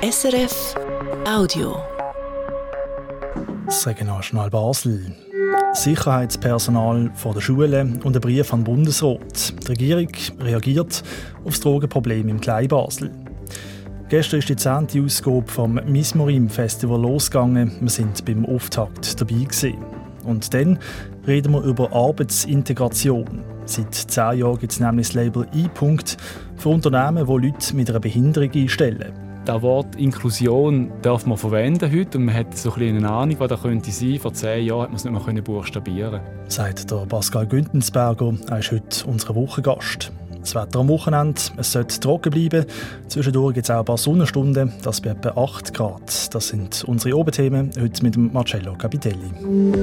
SRF Audio. Das Regionaljournal Basel. Sicherheitspersonal vor der Schule und ein Brief an den Bundesrat. Die Regierung reagiert auf das Drogenproblem im Kleinbasel. Gestern ist die 10. Ausgabe vom Mismorim Festival losgegangen. Wir sind beim Auftakt dabei gewesen. Und dann reden wir über Arbeitsintegration. Seit 10 Jahren gibt es nämlich das Label I-Punkt für Unternehmen, die Leute mit einer Behinderung einstellen. Das Wort Inklusion darf man verwenden heute und man hat so ein eine Ahnung, was das könnte sein. Vor 10 Jahren hat man es nicht mehr buchstabieren. Sagt der Pascal Güntensberger. Er ist heute unser Wochengast. Das Wetter am Wochenende, es sollte trocken bleiben. Zwischendurch gibt es auch ein paar Sonnenstunden, das bei etwa 8 Grad. Das sind unsere Oberthemen, heute mit dem Marcello Capitelli.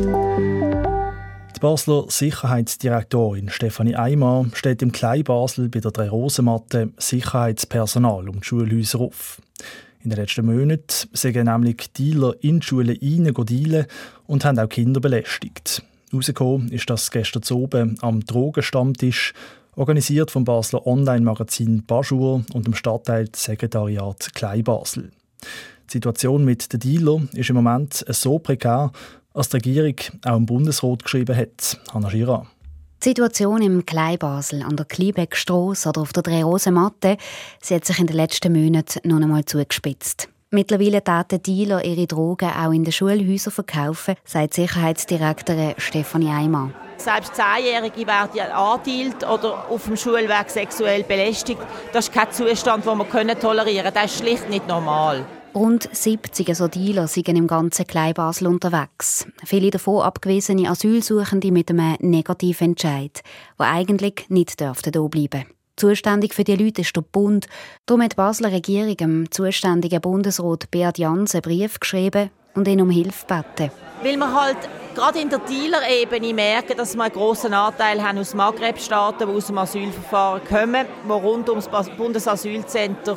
Die Basler Sicherheitsdirektorin Stefanie Eimer stellt im Kleinbasel bei der Drei-Rosen-Matte Sicherheitspersonal um die Schulhäuser auf. In den letzten Monaten sind nämlich Dealer in die Schulen dealen und haben auch Kinder belästigt. Rausgekommen ist das gestern oben am Drogenstammtisch, organisiert vom Basler Online-Magazin Bajour und dem Stadtteilsekretariat Kleinbasel. Die Situation mit den Dealern ist im Moment so prekär, als die Regierung auch im Bundesrat geschrieben hat. Hanna Girard. Die Situation im Kleinbasel an der Kleinbeckstrasse oder auf der Drei-Rosen-Matte hat sich in den letzten Monaten noch einmal zugespitzt. Mittlerweile taten Dealer ihre Drogen auch in den Schulhäusern verkaufen, sagt Sicherheitsdirektorin Stefanie Eimer. Selbst 10-Jährige werden angedealt oder auf dem Schulweg sexuell belästigt. Das ist kein Zustand, den wir tolerieren können. Das ist schlicht nicht normal. Rund 70 so Dealer sind im ganzen Kleinbasel unterwegs. Viele davon abgewiesene Asylsuchende mit einem negativen Entscheid, die eigentlich nicht hier bleiben dürften. Zuständig für die Leute ist der Bund. Darum hat die Basler Regierung dem zuständigen Bundesrat Beat Jans einen Brief geschrieben und ihn um Hilfe gebeten. Weil wir halt gerade in der Dealer-Ebene merken, dass wir einen grossen Anteil haben aus Maghreb-Staaten, die aus dem Asylverfahren kommen, die rund ums Bundesasylzentrum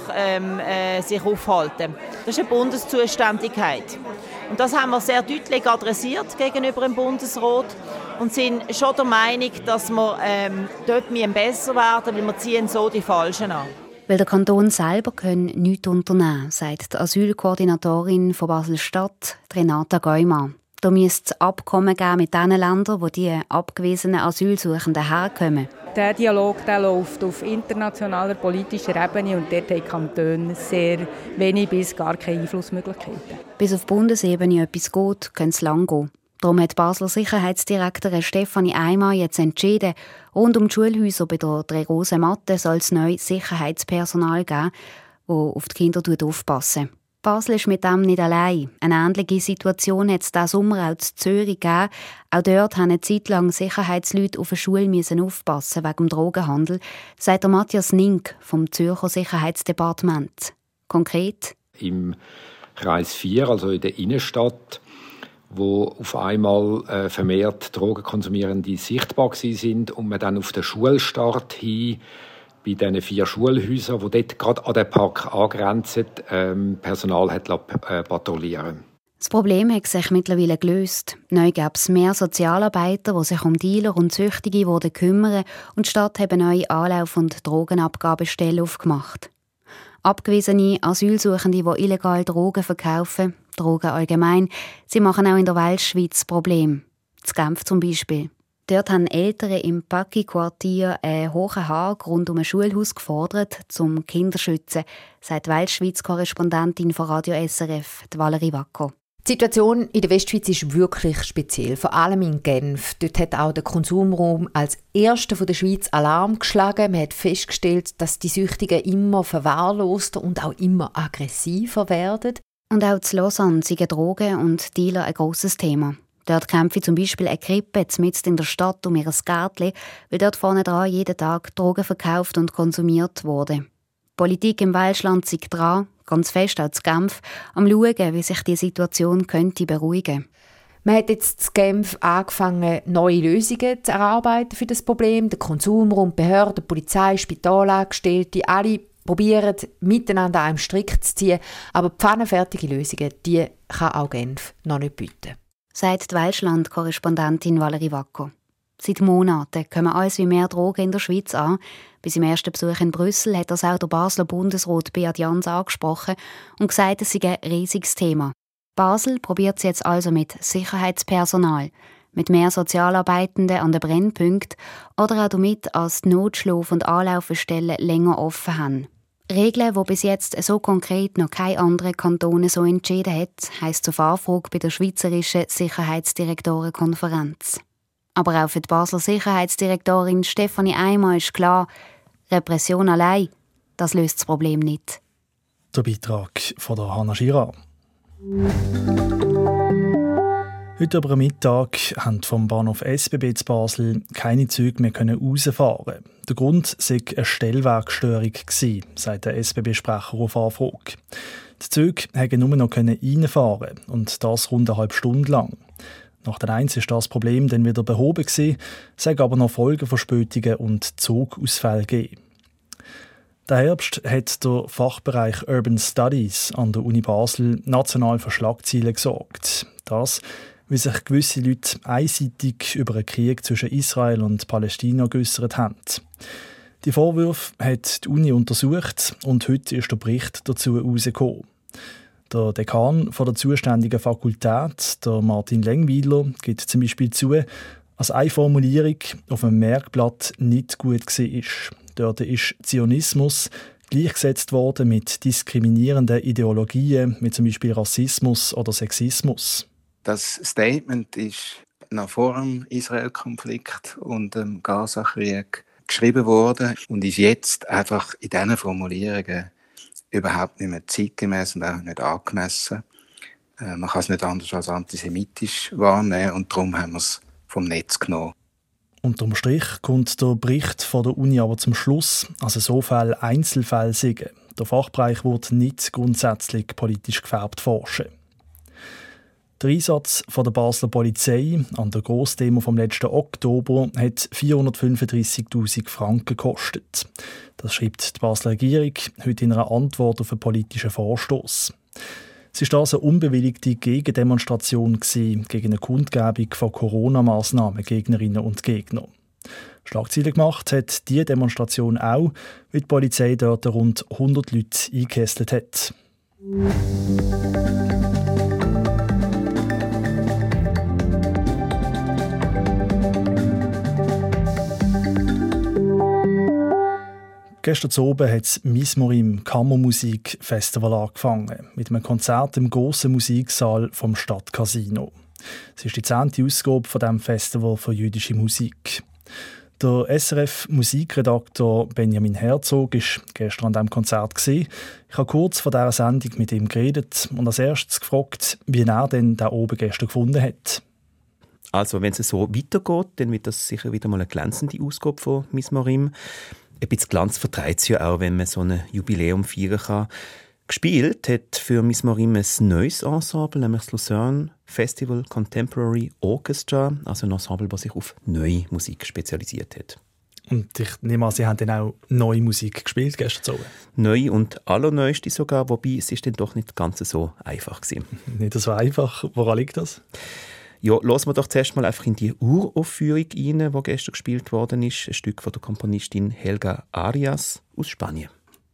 sich aufhalten. Das ist eine Bundeszuständigkeit. Und das haben wir sehr deutlich adressiert gegenüber dem Bundesrat und sind schon der Meinung, dass wir dort besser werden, weil wir ziehen so die Falschen an. Weil der Kanton selber nichts unternehmen kann, sagt die Asylkoordinatorin von Basel-Stadt, Renata Geumann. Da müsste es Abkommen geben mit den Ländern, wo die abgewiesenen Asylsuchenden herkommen. Der Dialog läuft auf internationaler politischer Ebene und dort haben die Kantone sehr wenig bis gar keine Einflussmöglichkeiten. Bis auf Bundesebene etwas geht, könnte es lang gehen. Darum hat die Basler Sicherheitsdirektorin Stefanie Eimer jetzt entschieden, rund um die Schulhäuser bei der Drei-Rosen-Matte soll es neu Sicherheitspersonal geben, das auf die Kinder aufpassen. Basel ist mit dem nicht allein. Eine ähnliche Situation hat es diesen Sommer auch in Zürich gegeben. Auch dort mussten eine Zeit lang Sicherheitsleute auf der Schule aufpassen wegen dem Drogenhandel, sagt der Matthias Nink vom Zürcher Sicherheitsdepartement. Konkret? Im Kreis 4, also in der Innenstadt, wo auf einmal vermehrt Drogenkonsumierende sichtbar sind und man dann auf den Schulstart hin bei diesen 4 Schulhäusern, die dort gerade an den Park angrenzen, Personal hat patrouillieren. Das Problem hat sich mittlerweile gelöst. Neu gäbe es mehr Sozialarbeiter, die sich um Dealer und Süchtige kümmern, und die Stadt hat neue Anlauf- und Drogenabgabestellen aufgemacht. Abgewiesene Asylsuchende, die illegal Drogen verkaufen, Drogen allgemein, sie machen auch in der Weltschweiz Probleme. In Genf zum Beispiel. Dort haben Eltern im Paki-Quartier einen hohen Hag rund um ein Schulhaus gefordert, um Kinder zu schützen, sagt die Weltschweiz-Korrespondentin von Radio SRF, Valerie Wacko. Die Situation in der Westschweiz ist wirklich speziell, vor allem in Genf. Dort hat auch der Konsumraum als erster der Schweiz Alarm geschlagen. Man hat festgestellt, dass die Süchtigen immer verwahrloster und auch immer aggressiver werden. Und auch in Lausanne sind Drogen und Dealer ein grosses Thema. Dort kämpfe zum Beispiel eine Krippe mitten in der Stadt um ihr Gärtchen, weil dort vorne dran jeden Tag Drogen verkauft und konsumiert wurden. Die Politik im Welschland sei dran, ganz fest auch zu Genf, am schauen, wie sich die Situation könnte beruhigen. Man hat jetzt in Genf angefangen, neue Lösungen zu erarbeiten für das Problem. Der Konsumraum, Behörden, Polizei, Spitalangestellte, alle probieren miteinander an einem Strick zu ziehen. Aber pfannenfertige Lösungen, die kann auch Genf noch nicht bieten. Sagt die Welschland-Korrespondentin Valerie Wacko. Seit Monaten kommen alles wie mehr Drogen in der Schweiz an. Bei seinem ersten Besuch in Brüssel hat das auch der Basler Bundesrat Beat Jans angesprochen und gesagt, es sei ein riesiges Thema. Basel probiert es jetzt also mit Sicherheitspersonal, mit mehr Sozialarbeitenden an den Brennpunkten oder auch damit, dass die Notschlaf- und Anlaufstellen länger offen haben. Regeln, die bis jetzt so konkret noch kein anderer Kanton so entschieden hat, heisst auf Anfrage bei der Schweizerischen Sicherheitsdirektorenkonferenz. Aber auch für die Basler Sicherheitsdirektorin Stefanie Eimer ist klar, Repression allein, das löst das Problem nicht. Der Beitrag von der Hanna Girard. Heute über Mittag haben vom Bahnhof SBB zu Basel keine Züge mehr rausfahren. Der Grund sei eine Stellwerkstörung gewesen, sagt der SBB-Sprecher auf Anfrage. Die Züge konnten nur noch reinfahren und das rund eine halbe Stunde lang. Nach der Eins ist das Problem dann wieder behoben gewesen, es hat aber noch Folgeverspätungen und Zugausfälle gegeben. Der Herbst hat der Fachbereich Urban Studies an der Uni Basel national für Schlagzeilen gesorgt. Das, weil sich gewisse Leute einseitig über einen Krieg zwischen Israel und Palästina geäussert haben. Die Vorwürfe hat die Uni untersucht und heute ist der Bericht dazu herausgekommen. Der Dekan von der zuständigen Fakultät, der Martin Lengweiler, gibt zum Beispiel zu, dass eine Formulierung auf einem Merkblatt nicht gut war. Dort ist Zionismus gleichgesetzt worden mit diskriminierenden Ideologien, wie zum Beispiel Rassismus oder Sexismus. Das Statement ist noch vor dem Israel-Konflikt und dem Gaza-Krieg geschrieben worden und ist jetzt einfach in diesen Formulierungen überhaupt nicht mehr zeitgemäß und auch nicht angemessen. Man kann es nicht anders als antisemitisch wahrnehmen und darum haben wir es vom Netz genommen. Unterm Strich kommt der Bericht von der Uni aber zum Schluss, also so viele Einzelfälle sind. Der Fachbereich wird nicht grundsätzlich politisch gefärbt forschen. Der Einsatz von der Basler Polizei an der Grossdemo vom letzten Oktober hat 435'000 Franken gekostet. Das schreibt die Basler Regierung heute in einer Antwort auf einen politischen Vorstoss. Es war also eine unbewilligte Gegendemonstration gegen eine Kundgebung von Corona-Massnahmen-Gegnerinnen und Gegner. Schlagzeilen gemacht hat diese Demonstration auch, weil die Polizei dort rund 100 Leute eingekesselt hat. Gestern Abend hat das Mismorim Kammermusik-Festival angefangen, mit einem Konzert im grossen Musiksaal vom Stadtcasino. Es ist die 10. Ausgabe von diesem Festival für jüdische Musik. Der SRF-Musikredaktor Benjamin Herzog war gestern an diesem Konzert. Ich habe kurz vor dieser Sendung mit ihm geredet und als erstes gefragt, wie er denn da oben gestern gefunden hat. Also, wenn es so weitergeht, dann wird das sicher wieder mal eine glänzende Ausgabe von Mismorim. Ein bisschen Glanz vertreibt es ja auch, wenn man so ein Jubiläum feiern kann. Gespielt hat für Mismorim ein neues Ensemble, nämlich das Lucerne Festival Contemporary Orchestra, also ein Ensemble, das sich auf neue Musik spezialisiert hat. Und ich nehme an, Sie haben dann auch neue Musik gespielt gestern Abend? Neu und allerneueste sogar, wobei es ist dann doch nicht ganz so einfach gewesen. Nicht so einfach. Woran liegt das? Ja, hören wir doch zuerst mal einfach in die Uraufführung rein, die gestern gespielt worden ist. Ein Stück von der Komponistin Helga Arias aus Spanien.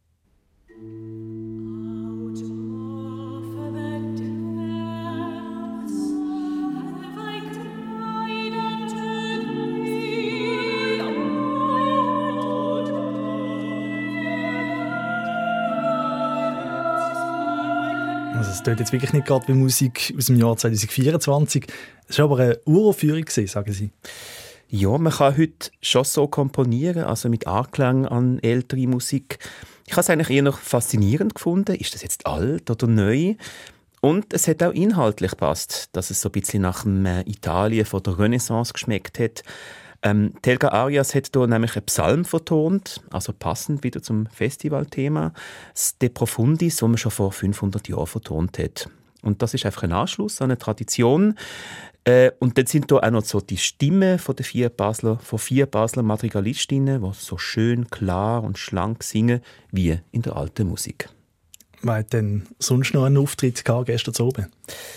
Also es klingt jetzt wirklich nicht gerade wie Musik aus dem Jahr 2024. Es war aber eine Uraufführung, sagen Sie. Ja, man kann heute schon so komponieren, also mit Anklang an ältere Musik. Ich habe es eigentlich eher noch faszinierend gefunden. Ist das jetzt alt oder neu? Und es hat auch inhaltlich gepasst, dass es so ein bisschen nach dem Italien von der Renaissance geschmeckt hat. Helga Arias hat hier nämlich einen Psalm vertont, also passend wieder zum Festivalthema. Das De Profundis, das man schon vor 500 Jahren vertont hat. Und das ist einfach ein Anschluss an eine Tradition. Und dann sind hier auch noch so die Stimmen von vier Basler Madrigalistinnen, die so schön klar und schlank singen, wie in der alten Musik. Wer hat denn sonst noch einen Auftritt gehabt gestern Abend?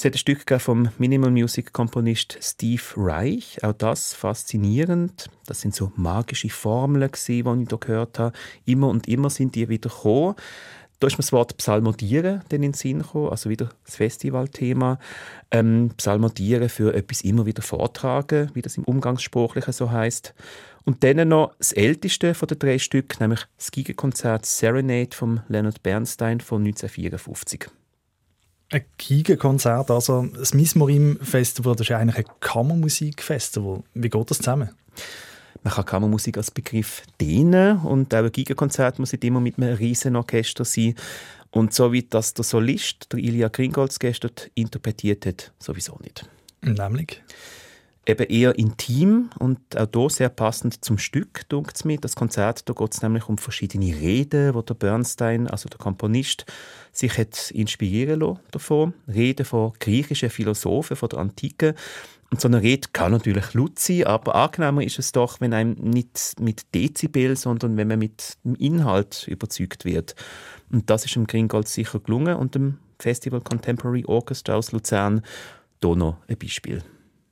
Es hat ein Stück vom Minimal Music Komponist Steve Reich. Auch das faszinierend. Das sind so magische Formeln, die ich hier gehört habe. Immer und immer sind die wieder gekommen. Da ist mir das Wort Psalmodieren in den Sinn gekommen, also wieder das Festivalthema. Psalmodieren für etwas immer wieder vortragen, wie das im Umgangssprachlichen so heisst. Und dann noch das älteste von den 3 Stücken, nämlich das Gigenkonzert Serenade von Leonard Bernstein von 1954. Ein Gigenkonzert, also das Mismorim-Festival, das ist eigentlich ein Kammermusikfestival. Wie geht das zusammen? Man kann Kammermusik als Begriff dehnen und auch ein Gigenkonzert muss nicht immer mit einem riesen Orchester sein. Und so wie das der Solist, der Ilya Gringolz, gestern interpretiert hat, sowieso nicht. Nämlich? Eben eher intim und auch hier sehr passend zum Stück, denkt es mir. Das Konzert, da geht es nämlich um verschiedene Reden, die der Bernstein, also der Komponist, sich hat inspirieren lassen davon. Reden von griechischen Philosophen von der Antike. Und so eine Rede kann natürlich laut sein, aber angenehmer ist es doch, wenn einem nicht mit Dezibel, sondern wenn man mit dem Inhalt überzeugt wird. Und das ist dem Gringolz sicher gelungen und dem Festival Contemporary Orchestra aus Luzern hier noch ein Beispiel.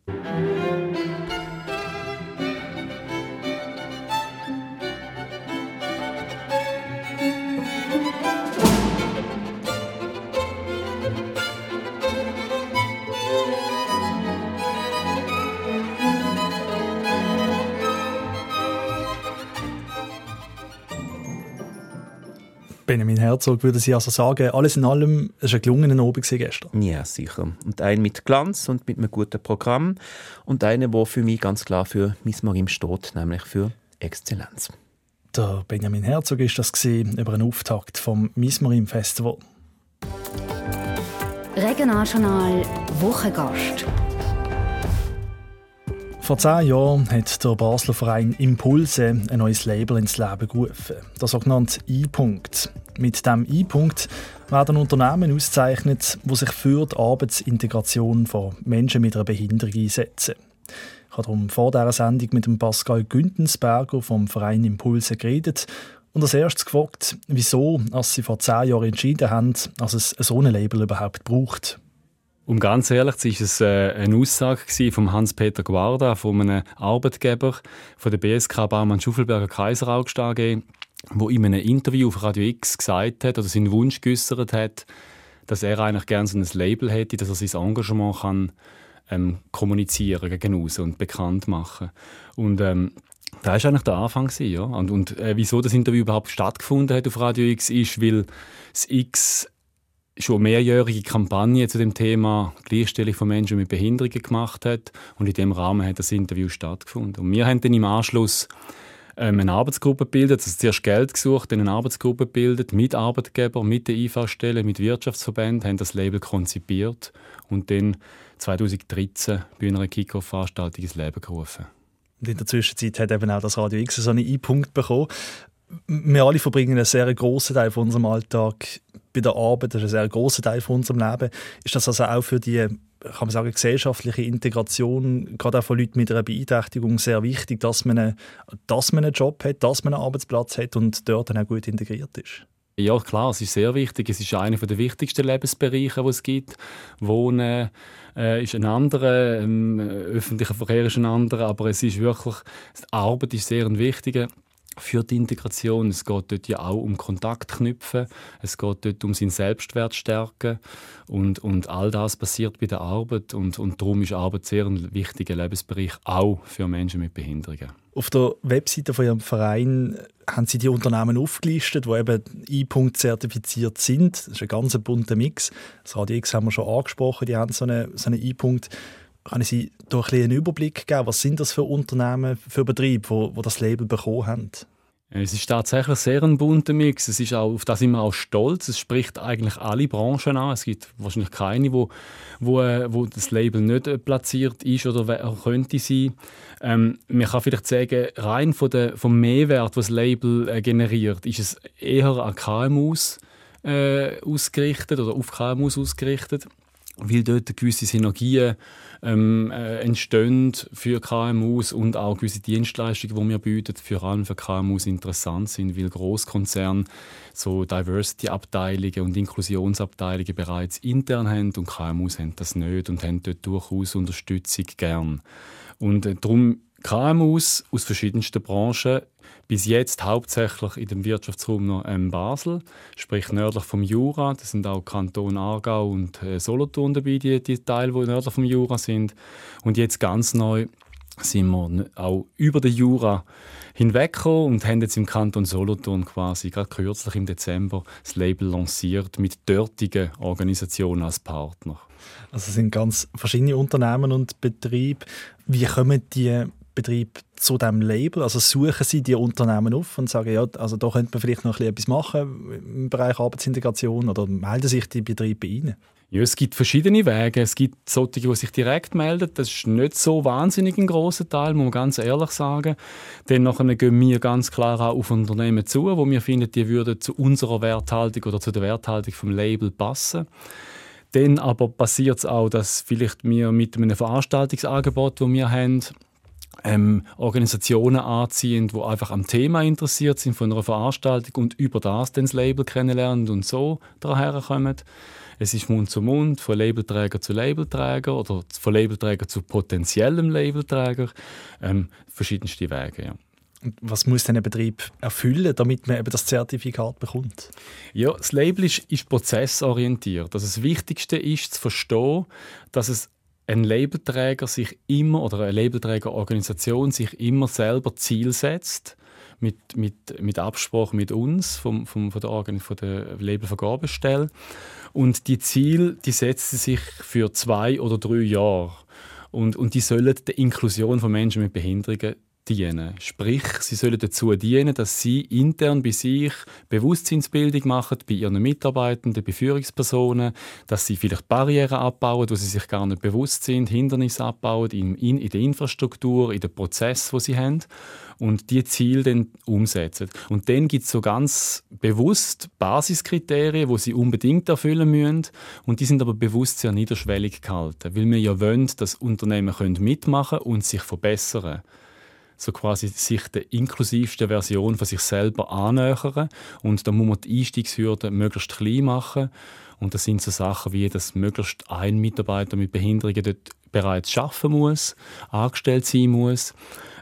Benjamin Herzog würde Sie also sagen, alles in allem, es war ein gelungener Abend gestern. Ja, sicher. Und ein mit Glanz und mit einem guten Programm. Und einer, der für mich ganz klar für Mismorim steht, nämlich für Exzellenz. Der Benjamin Herzog war das über einen Auftakt vom Mismorim Festival. Regionaljournal Wochengast. Vor 10 Jahren hat der Basler Verein Impulse ein neues Label ins Leben gerufen, der sogenannte I-Punkt. Mit diesem I-Punkt werden Unternehmen ausgezeichnet, die sich für die Arbeitsintegration von Menschen mit einer Behinderung einsetzen. Ich habe darum vor dieser Sendung mit dem Pascal Güntensberger vom Verein Impulse geredet und als erstes gefragt, wieso sie vor 10 Jahren entschieden haben, dass es so ein Label überhaupt braucht. Um ganz ehrlich zu sein, war es eine Aussage von Hans-Peter Guarda, von einem Arbeitgeber von der BSK Baumann-Schuffelberger Kaiser-Augst AG, der in einem Interview auf Radio X gesagt hat oder seinen Wunsch geäußert hat, dass er eigentlich gerne so ein Label hätte, dass er sein Engagement kann, kommunizieren gegen aussen und bekannt machen. Und das war eigentlich der Anfang. Ja? Und wieso das Interview überhaupt stattgefunden hat auf Radio X, ist, weil das X schon mehrjährige Kampagne zu dem Thema Gleichstellung von Menschen mit Behinderungen gemacht hat. Und in diesem Rahmen hat das Interview stattgefunden. Und wir haben dann im Anschluss eine Arbeitsgruppe gebildet, also zuerst Geld gesucht, dann eine Arbeitsgruppe gebildet, mit Arbeitgebern, mit den IV-Stellen, mit Wirtschaftsverbänden, haben das Label konzipiert und dann 2013 bei einer Kick-Off-Veranstaltung ins Leben gerufen. Und in der Zwischenzeit hat eben auch das Radio X so einen I-Punkt bekommen. Wir alle verbringen einen sehr grossen Teil von unserem Alltag bei der Arbeit, das ist ein sehr grosser Teil von unserem Leben. Ist das also auch für die, kann man sagen, gesellschaftliche Integration, gerade auch von Leuten mit einer Beeinträchtigung, sehr wichtig, dass man einen Job hat, dass man einen Arbeitsplatz hat und dort dann auch gut integriert ist? Ja, klar, es ist sehr wichtig. Es ist einer der wichtigsten Lebensbereiche, die es gibt. Wohnen ist ein anderer, öffentlicher Verkehr ist ein anderer, aber es ist wirklich, die Arbeit ist sehr wichtig für die Integration. Es geht dort ja auch um Kontakt knüpfen, es geht dort um seinen Selbstwert stärken und all das passiert bei der Arbeit und darum ist Arbeit sehr ein wichtiger Lebensbereich, auch für Menschen mit Behinderungen. Auf der Webseite von Ihrem Verein haben Sie die Unternehmen aufgelistet, die eben I-Punkt zertifiziert sind. Das ist ein ganz bunter Mix. Das Radio X haben wir schon angesprochen, die haben so einen I-Punkt. Können Sie da ein bisschen einen Überblick geben? Was sind das für Unternehmen, für Betriebe, die das Label bekommen haben? Es ist tatsächlich sehr ein bunter Mix. Es ist auch, auf das sind wir auch stolz. Es spricht eigentlich alle Branchen an. Es gibt wahrscheinlich keine, wo das Label nicht platziert ist oder könnte sein. Man kann vielleicht sagen, rein vom Mehrwert, was das Label generiert, ist es eher an KMUs ausgerichtet oder auf KMUs ausgerichtet. weil dort gewisse Synergien entstehen für KMUs und auch gewisse Dienstleistungen, die wir bieten, vor allem für KMUs interessant sind, weil Grosskonzerne so Diversity-Abteilungen und Inklusionsabteilungen bereits intern haben und KMUs haben das nicht und haben dort durchaus Unterstützung gern. Und darum KMUs aus verschiedensten Branchen, bis jetzt hauptsächlich in dem Wirtschaftsraum noch Basel, sprich nördlich vom Jura. Das sind auch Kanton Aargau und Solothurn dabei, die Teile, die nördlich vom Jura sind. Und jetzt ganz neu sind wir auch über den Jura hinweggekommen und haben jetzt im Kanton Solothurn quasi gerade kürzlich im Dezember das Label lanciert mit dortigen Organisationen als Partner. Also es sind ganz verschiedene Unternehmen und Betriebe. Wie kommen die Betriebe zu diesem Label? Also suchen Sie die Unternehmen auf und sagen, ja, also da könnte man vielleicht noch etwas machen im Bereich Arbeitsintegration, oder melden sich die Betriebe bei Ihnen? Ja, es gibt verschiedene Wege. Es gibt solche, die sich direkt melden. Das ist nicht so wahnsinnig ein grosser Teil, muss man ganz ehrlich sagen. Dann nachher gehen wir ganz klar auch auf Unternehmen zu, wo wir finden, die würden zu unserer Werthaltung oder zu der Werthaltung vom Label passen. Dann aber passiert es auch, dass vielleicht wir mit einem Veranstaltungsangebot, das wir haben, Organisationen anziehen, die einfach am Thema interessiert sind von einer Veranstaltung und über das dann das Label kennenlernen und so daher kommen. Es ist Mund zu Mund, von Labelträger zu Labelträger oder von Labelträger zu potenziellem Labelträger. Verschiedenste Wege, ja. Und was muss denn ein Betrieb erfüllen, damit man eben das Zertifikat bekommt? Ja, das Label ist prozessorientiert. Also das Wichtigste ist zu verstehen, dass es ein Labelträger sich immer oder eine Labelträgerorganisation sich immer selber Ziel setzt, mit Absprache mit uns von der Labelvergabestelle. Und die Ziele, die setzen sich für 2 oder 3 Jahre. Und die sollen der Inklusion von Menschen mit Behinderungen dienen. Sprich, sie sollen dazu dienen, dass sie intern bei sich Bewusstseinsbildung machen, bei ihren Mitarbeitenden, bei Führungspersonen, dass sie vielleicht Barrieren abbauen, wo sie sich gar nicht bewusst sind, Hindernisse abbauen in der Infrastruktur, in den Prozess, wo sie haben und die Ziele dann umsetzen. Und dann gibt es so ganz bewusst Basiskriterien, die sie unbedingt erfüllen müssen und die sind aber bewusst sehr niederschwellig gehalten, weil wir ja wollen, dass Unternehmen mitmachen können und sich verbessern. So quasi sich der inklusivsten Version von sich selber annähern. Und da muss man die Einstiegshürden möglichst klein machen. Und das sind so Sachen wie, dass möglichst ein Mitarbeiter mit Behinderungen dort bereits arbeiten muss, angestellt sein muss,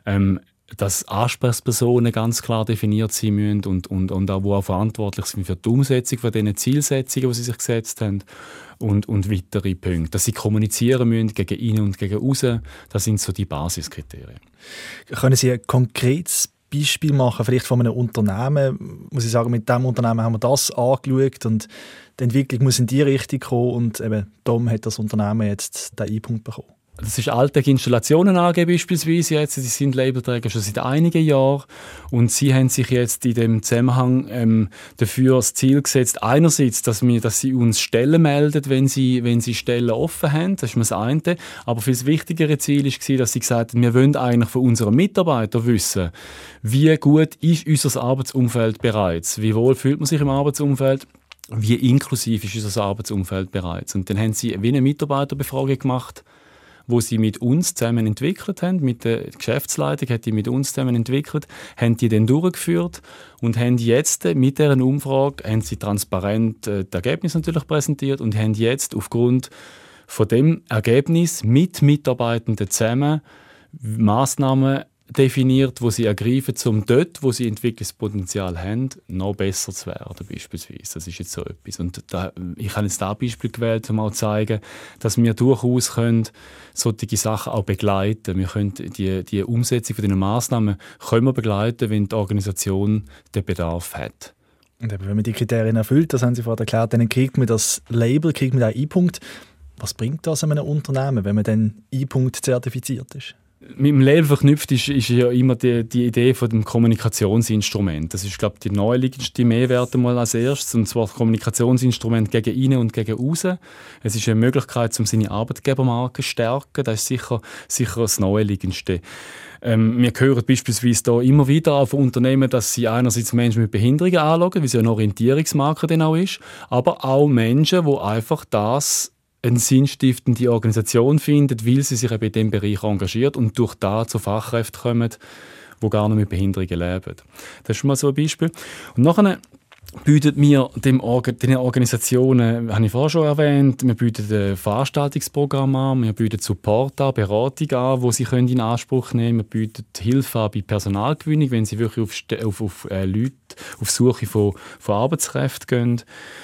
dass Ansprechpersonen ganz klar definiert sein müssen und auch, die auch verantwortlich sind für die Umsetzung von diesen Zielsetzungen, die sie sich gesetzt haben. Und weitere Punkte. Dass sie kommunizieren müssen gegen innen und gegen außen, das sind so die Basiskriterien. Können Sie ein konkretes Beispiel machen, vielleicht von einem Unternehmen? Muss ich sagen, mit diesem Unternehmen haben wir das angeschaut und die Entwicklung muss in die Richtung kommen und eben darum hat das Unternehmen jetzt den Einpunkt bekommen. Das ist Altec Installationen AG beispielsweise jetzt. Sie sind Labelträger schon seit einigen Jahren und sie haben sich jetzt in dem Zusammenhang dafür das Ziel gesetzt, einerseits, dass sie uns Stellen melden, wenn sie Stellen offen haben, das ist das eine, aber viel wichtigere Ziel war, dass sie gesagt haben, wir wollen eigentlich von unseren Mitarbeitern wissen, wie gut ist unser Arbeitsumfeld bereits, wie wohl fühlt man sich im Arbeitsumfeld, wie inklusiv ist unser Arbeitsumfeld bereits. Und dann haben sie wie eine Mitarbeiterbefragung gemacht, wo sie mit uns zusammen entwickelt haben, mit der Geschäftsleitung hat die mit uns zusammen entwickelt, haben die dann durchgeführt und haben jetzt mit dieser Umfrage haben sie transparent das Ergebnis natürlich präsentiert und haben jetzt aufgrund von dem Ergebnis mit Mitarbeitenden zusammen Massnahmen definiert, wo sie ergreifen, um dort, wo sie Entwicklungspotenzial haben, noch besser zu werden beispielsweise. Das ist jetzt so etwas. Und ich habe jetzt das Beispiel gewählt, um auch zu zeigen, dass wir durchaus solche Sachen auch begleiten können. Wir können die Umsetzung von diesen Massnahmen können wir begleiten, wenn die Organisation den Bedarf hat. Und eben, wenn man die Kriterien erfüllt, das haben Sie vorhin erklärt, dann kriegt man das Label, kriegt man den I-Punkt. Was bringt das einem Unternehmen, wenn man dann I-Punkt zertifiziert ist? Mit dem Label verknüpft ist ja immer die Idee von dem Kommunikationsinstrument. Das ist, glaube ich, die neuliegendste Mehrwerte mal als erstes, und zwar das Kommunikationsinstrument gegen innen und gegen außen. Es ist eine Möglichkeit, um seine Arbeitgebermarke zu stärken. Das ist sicher das Neuliegendste. Wir hören beispielsweise da immer wieder auf Unternehmen, dass sie einerseits Menschen mit Behinderungen anschauen, weil es ja eine Orientierungsmarke dann auch ist, aber auch Menschen, die einfach das eine sinnstiftende Organisation findet, weil sie sich eben in diesem Bereich engagiert und durch das zu Fachkräften kommen, die gar nicht mit Behinderungen leben. Das ist schon mal so ein Beispiel. Und nachher bieten wir den Organisationen, habe ich vorher schon erwähnt, wir bieten ein Veranstaltungsprogramm an, wir bieten Support an, Beratung an, die sie in Anspruch nehmen können. Wir bieten Hilfe an bei Personalgewinnung, wenn sie wirklich auf Leute auf Suche von Arbeitskräften gehen.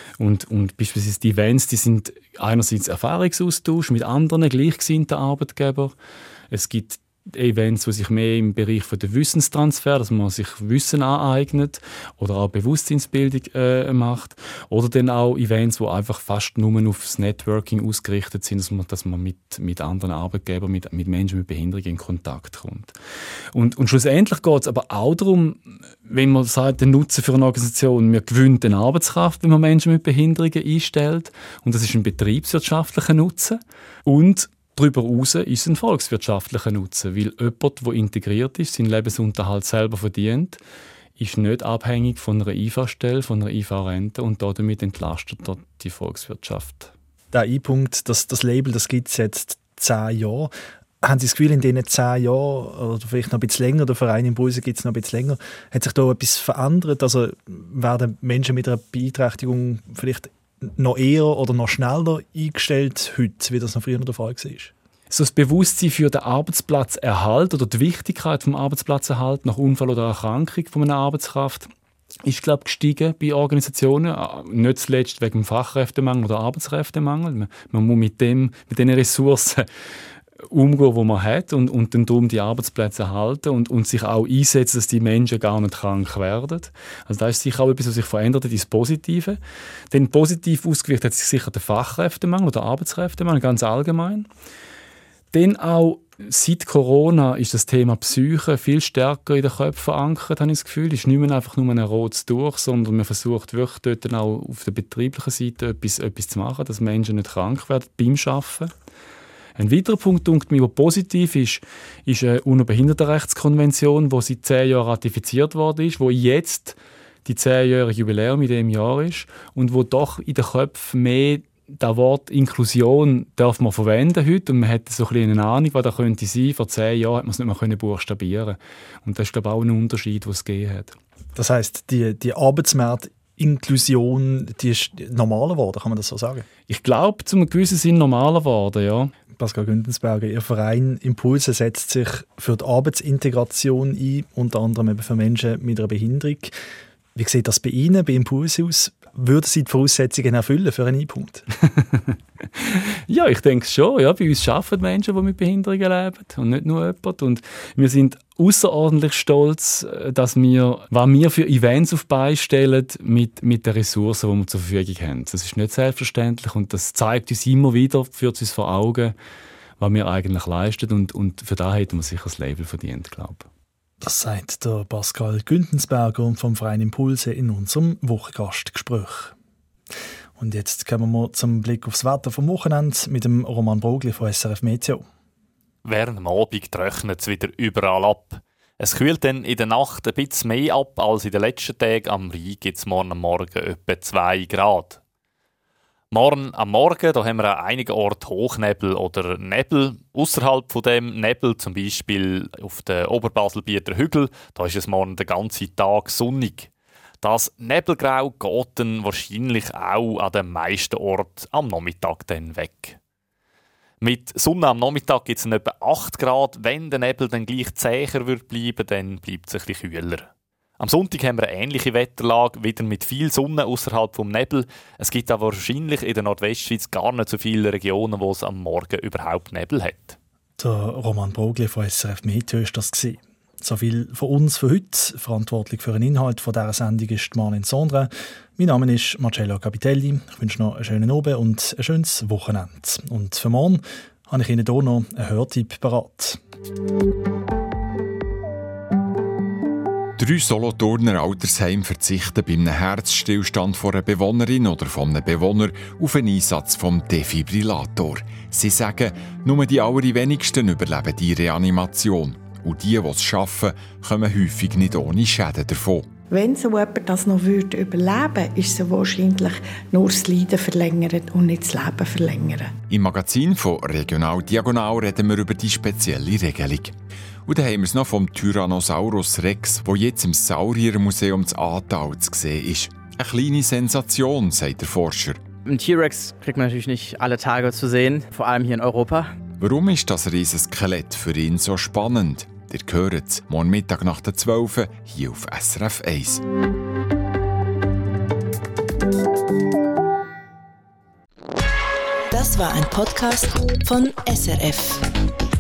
Und beispielsweise die Events, die sind einerseits Erfahrungsaustausch mit anderen gleichgesinnten Arbeitgebern. Es gibt Events, die sich mehr im Bereich von der Wissenstransfer, dass man sich Wissen aneignet oder auch Bewusstseinsbildung macht. Oder dann auch Events, die einfach fast nur auf das Networking ausgerichtet sind, dass man mit anderen Arbeitgebern, mit Menschen mit Behinderung in Kontakt kommt. Und schlussendlich geht es aber auch darum, wenn man sagt, der Nutzen für eine Organisation, wir gewinnen eine Arbeitskraft, wenn man Menschen mit Behinderungen einstellt. Und das ist ein betriebswirtschaftlicher Nutzen. Und darüber hinaus ist es ein volkswirtschaftlicher Nutzen, weil jemand, der integriert ist, seinen Lebensunterhalt selber verdient, ist nicht abhängig von einer IV-Stelle, von einer IV-Rente und damit entlastet dort die Volkswirtschaft. Der Punkt, das Label, das gibt es jetzt 10 Jahre. Haben Sie das Gefühl, in diesen 10 Jahren, oder vielleicht noch ein bisschen länger, der Verein Impulse gibt es noch ein bisschen länger, hat sich da etwas verändert? Also werden Menschen mit einer Beeinträchtigung vielleicht noch eher oder noch schneller eingestellt heute, wie das noch früher der Fall war? So das Bewusstsein für den Arbeitsplatzerhalt oder die Wichtigkeit des Arbeitsplatzerhalt nach Unfall oder Erkrankung von einer Arbeitskraft ist, glaube ich, gestiegen bei Organisationen, nicht zuletzt wegen dem Fachkräftemangel oder Arbeitskräftemangel. Man muss mit den Ressourcen umgehen, die man hat und dann darum die Arbeitsplätze erhalten und sich auch einsetzen, dass die Menschen gar nicht krank werden. Also das ist sicher auch etwas, was sich verändert hat, ins Positive. Denn positiv ausgewirkt hat sich sicher der Fachkräftemangel oder Arbeitskräftemangel ganz allgemein. Dann auch seit Corona ist das Thema Psyche viel stärker in den Köpfen verankert, habe ich das Gefühl. Es ist nicht mehr einfach nur ein rotes Tuch, sondern man versucht wirklich dort dann auch auf der betrieblichen Seite etwas zu machen, dass Menschen nicht krank werden beim Arbeiten. Ein weiterer Punkt, der positiv ist eine UNO-Behindertenrechtskonvention, die seit 10 Jahren ratifiziert worden ist, wo jetzt die 10-jährige Jubiläum in diesem Jahr ist und wo doch in den Köpfen mehr das Wort Inklusion darf man verwenden heute und man hat so ein bisschen eine Ahnung, was das könnte sein. Vor 10 Jahren hat man es nicht mehr buchstabieren. Und das ist, glaube ich, auch ein Unterschied, den es gegeben hat. Das heisst, die Arbeitsmarktinklusion, die ist normaler geworden, kann man das so sagen? Ich glaube, zu einem gewissen Sinn normaler geworden, ja. Pascal Güntensberger, Ihr Verein Impulse setzt sich für die Arbeitsintegration ein, unter anderem eben für Menschen mit einer Behinderung. Wie sieht das bei Ihnen, bei Impulse aus? Würden Sie die Voraussetzungen erfüllen für einen I-Punkt? Ja, ich denke schon. Ja, bei uns arbeiten Menschen, die mit Behinderungen leben und nicht nur jemand. Und wir sind außerordentlich stolz, dass was wir für Events auf die Beine stellen mit den Ressourcen, die wir zur Verfügung haben. Das ist nicht selbstverständlich und das zeigt uns immer wieder, führt uns vor Augen, was wir eigentlich leisten. Und für das hätten wir sicher das Label verdient, glaube ich. Das sagt der Pascal Güntensberger vom Verein Impulse in unserem Wochengastgespräch. Und jetzt kommen wir zum Blick aufs Wetter vom Wochenende mit dem Roman Brogli von SRF Meteo. Während dem Abend trocknet es wieder überall ab. Es kühlt dann in der Nacht ein bisschen mehr ab als in den letzten Tagen. Am Rhein gibt es morgen etwa 2 Grad. Morgen am Morgen da haben wir an einigen Orten Hochnebel oder Nebel. Ausserhalb von dem Nebel, zum Beispiel auf den Oberbaselbieter Hügel, da ist es morgen den ganzen Tag sonnig. Das Nebelgrau geht dann wahrscheinlich auch an den meisten Orten am Nachmittag dann weg. Mit Sonne am Nachmittag gibt es etwa 8 Grad. Wenn der Nebel dann gleich zäher bleiben, dann bleibt es ein bisschen kühler. Am Sonntag haben wir eine ähnliche Wetterlage, wieder mit viel Sonne außerhalb vom Nebel. Es gibt aber wahrscheinlich in der Nordwestschweiz gar nicht so viele Regionen, wo es am Morgen überhaupt Nebel hat. Der Roman Brogli von SRF Meteo war das. So viel von uns für heute. Verantwortlich für den Inhalt von dieser Sendung ist Marlene Sondra. Mein Name ist Marcello Capitelli. Ich wünsche noch einen schönen Abend und ein schönes Wochenende. Und für morgen habe ich Ihnen hier noch einen Hörtipp parat. 3 Solothurner Altersheime verzichten bei einem Herzstillstand von einer Bewohnerin oder von einem Bewohner auf einen Einsatz vom Defibrillator. Sie sagen, nur die allerwenigsten überleben die Reanimation. Und die es schaffen, kommen häufig nicht ohne Schäden davon. Wenn so jemand das noch überleben würde, ist es wahrscheinlich nur das Leiden verlängern und nicht das Leben verlängern. Im Magazin von Regional Diagonal reden wir über die spezielle Regelung. Und dann haben wir es noch vom Tyrannosaurus Rex, der jetzt im Sauriermuseum zu Aartal zu sehen ist. Eine kleine Sensation, sagt der Forscher. Einen T-Rex kriegt man natürlich nicht alle Tage zu sehen, vor allem hier in Europa. Warum ist das Riesenskelett für ihn so spannend? Ihr hört es morgen Mittag nach der 12 hier auf SRF 1. Das war ein Podcast von SRF.